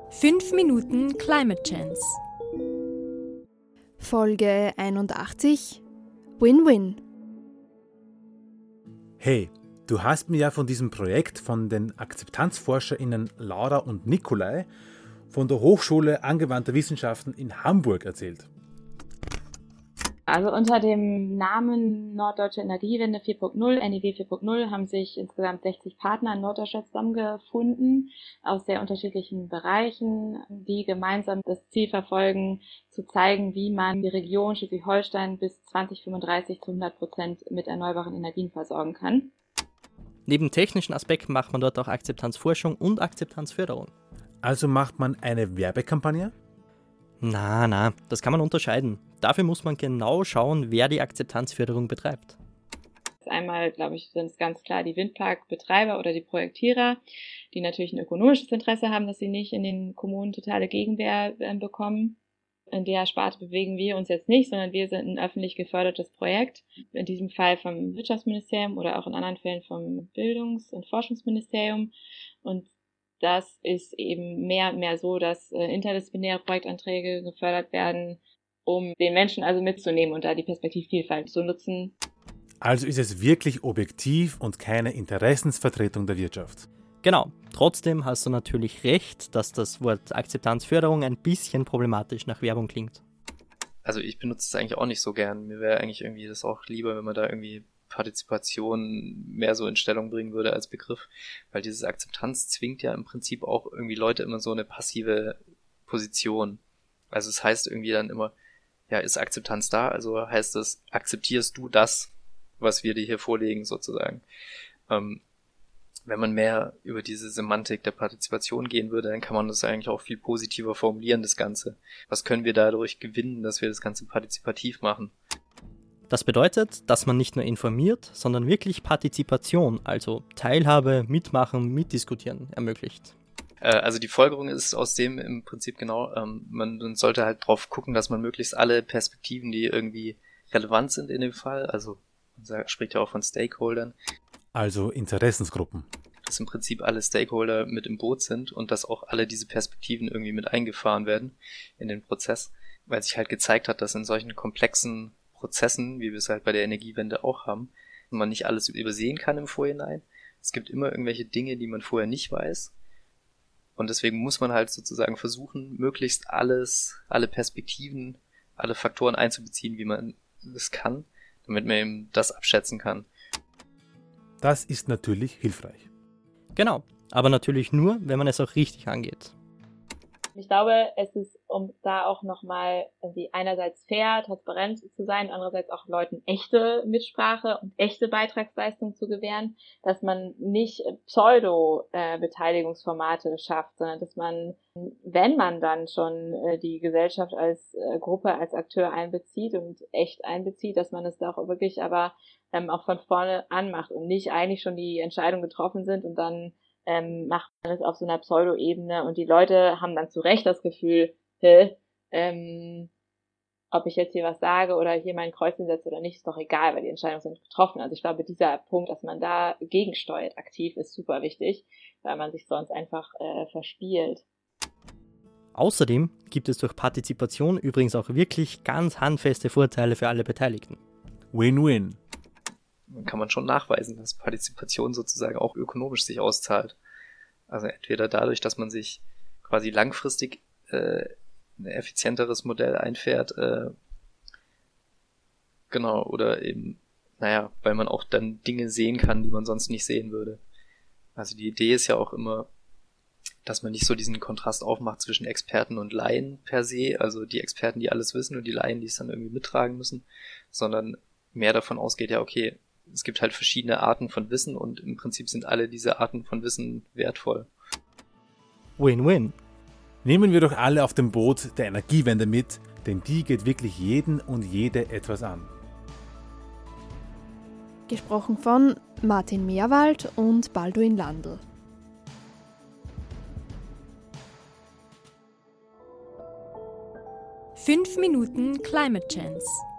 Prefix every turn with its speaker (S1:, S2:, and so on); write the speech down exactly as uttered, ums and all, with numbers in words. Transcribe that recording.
S1: fünf Minuten Climate Chance.
S2: Folge einundachtzig Win-Win.
S3: Hey, du hast mir ja von diesem Projekt von den AkzeptanzforscherInnen Laura und Nikolai von der Hochschule Angewandter Wissenschaften in Hamburg erzählt.
S4: Also unter dem Namen Norddeutsche Energiewende vier Punkt null, N E W vier Punkt null, haben sich insgesamt sechzig Partner in Norddeutschland zusammengefunden aus sehr unterschiedlichen Bereichen, die gemeinsam das Ziel verfolgen, zu zeigen, wie man die Region Schleswig-Holstein bis zwanzig fünfunddreißig zu hundert Prozent mit erneuerbaren Energien versorgen kann.
S5: Neben technischen Aspekten macht man dort auch Akzeptanzforschung und Akzeptanzförderung.
S3: Also macht man eine Werbekampagne?
S5: Na, na, das kann man unterscheiden. Dafür muss man genau schauen, wer die Akzeptanzförderung betreibt.
S4: Einmal, glaube ich, sind es ganz klar die Windparkbetreiber oder die Projektierer, die natürlich ein ökonomisches Interesse haben, dass sie nicht in den Kommunen totale Gegenwehr äh, bekommen. In der Sparte bewegen wir uns jetzt nicht, sondern wir sind ein öffentlich gefördertes Projekt. In diesem Fall vom Wirtschaftsministerium oder auch in anderen Fällen vom Bildungs- und Forschungsministerium. Und das ist eben mehr und mehr so, dass äh, interdisziplinäre Projektanträge gefördert werden, um den Menschen also mitzunehmen und da die Perspektivvielfalt zu nutzen.
S3: Also ist es wirklich objektiv und keine Interessensvertretung der Wirtschaft.
S5: Genau. Trotzdem hast du natürlich recht, dass das Wort Akzeptanzförderung ein bisschen problematisch nach Werbung klingt.
S6: Also ich benutze es eigentlich auch nicht so gern. Mir wäre eigentlich irgendwie das auch lieber, wenn man da irgendwie Partizipation mehr so in Stellung bringen würde als Begriff, weil dieses Akzeptanz zwingt ja im Prinzip auch irgendwie Leute immer so eine passive Position. Also es heißt irgendwie dann immer, ja, ist Akzeptanz da, also heißt es, akzeptierst du das, was wir dir hier vorlegen sozusagen. Ähm, wenn man mehr über diese Semantik der Partizipation gehen würde, dann kann man das eigentlich auch viel positiver formulieren, das Ganze. Was können wir dadurch gewinnen, dass wir das Ganze partizipativ machen?
S5: Das bedeutet, dass man nicht nur informiert, sondern wirklich Partizipation, also Teilhabe, Mitmachen, Mitdiskutieren ermöglicht.
S6: Also die Folgerung ist aus dem im Prinzip genau, ähm, man sollte halt drauf gucken, dass man möglichst alle Perspektiven, die irgendwie relevant sind in dem Fall, also man spricht ja auch von Stakeholdern.
S3: Also Interessensgruppen.
S6: Dass im Prinzip alle Stakeholder mit im Boot sind und dass auch alle diese Perspektiven irgendwie mit eingefahren werden in den Prozess, weil sich halt gezeigt hat, dass in solchen komplexen Prozessen, wie wir es halt bei der Energiewende auch haben, man nicht alles übersehen kann im Vorhinein. Es gibt immer irgendwelche Dinge, die man vorher nicht weiß. Und deswegen muss man halt sozusagen versuchen, möglichst alles, alle Perspektiven, alle Faktoren einzubeziehen, wie man es kann, damit man eben das abschätzen kann.
S3: Das ist natürlich hilfreich.
S5: Genau, aber natürlich nur, wenn man es auch richtig angeht.
S4: Ich glaube, es ist, um da auch nochmal irgendwie einerseits fair, transparent zu sein, andererseits auch Leuten echte Mitsprache und echte Beitragsleistung zu gewähren, dass man nicht Pseudo-Beteiligungsformate schafft, sondern dass man, wenn man dann schon die Gesellschaft als Gruppe, als Akteur einbezieht und echt einbezieht, dass man es da auch wirklich aber auch von vorne an macht und nicht eigentlich schon die Entscheidungen getroffen sind und dann Ähm, macht man es auf so einer Pseudo-Ebene und die Leute haben dann zu Recht das Gefühl, hä, ähm, ob ich jetzt hier was sage oder hier mein Kreuzchen setze oder nicht, ist doch egal, weil die Entscheidungen sind getroffen. Also ich glaube, dieser Punkt, dass man da gegensteuert aktiv, ist super wichtig, weil man sich sonst einfach äh, verspielt.
S5: Außerdem gibt es durch Partizipation übrigens auch wirklich ganz handfeste Vorteile für alle Beteiligten.
S3: Win-win.
S6: Dann kann man schon nachweisen, dass Partizipation sozusagen auch ökonomisch sich auszahlt. Also entweder dadurch, dass man sich quasi langfristig äh, ein effizienteres Modell einfährt, äh, genau, oder eben, naja, weil man auch dann Dinge sehen kann, die man sonst nicht sehen würde. Also die Idee ist ja auch immer, dass man nicht so diesen Kontrast aufmacht zwischen Experten und Laien per se, also die Experten, die alles wissen und die Laien, die es dann irgendwie mittragen müssen, sondern mehr davon ausgeht, ja okay, es gibt halt verschiedene Arten von Wissen und im Prinzip sind alle diese Arten von Wissen wertvoll.
S5: Win-win.
S3: Nehmen wir doch alle auf dem Boot der Energiewende mit, denn die geht wirklich jeden und jede etwas an.
S2: Gesprochen von Martin Meerwald und Balduin Landl.
S1: fünf Minuten Climate Chance.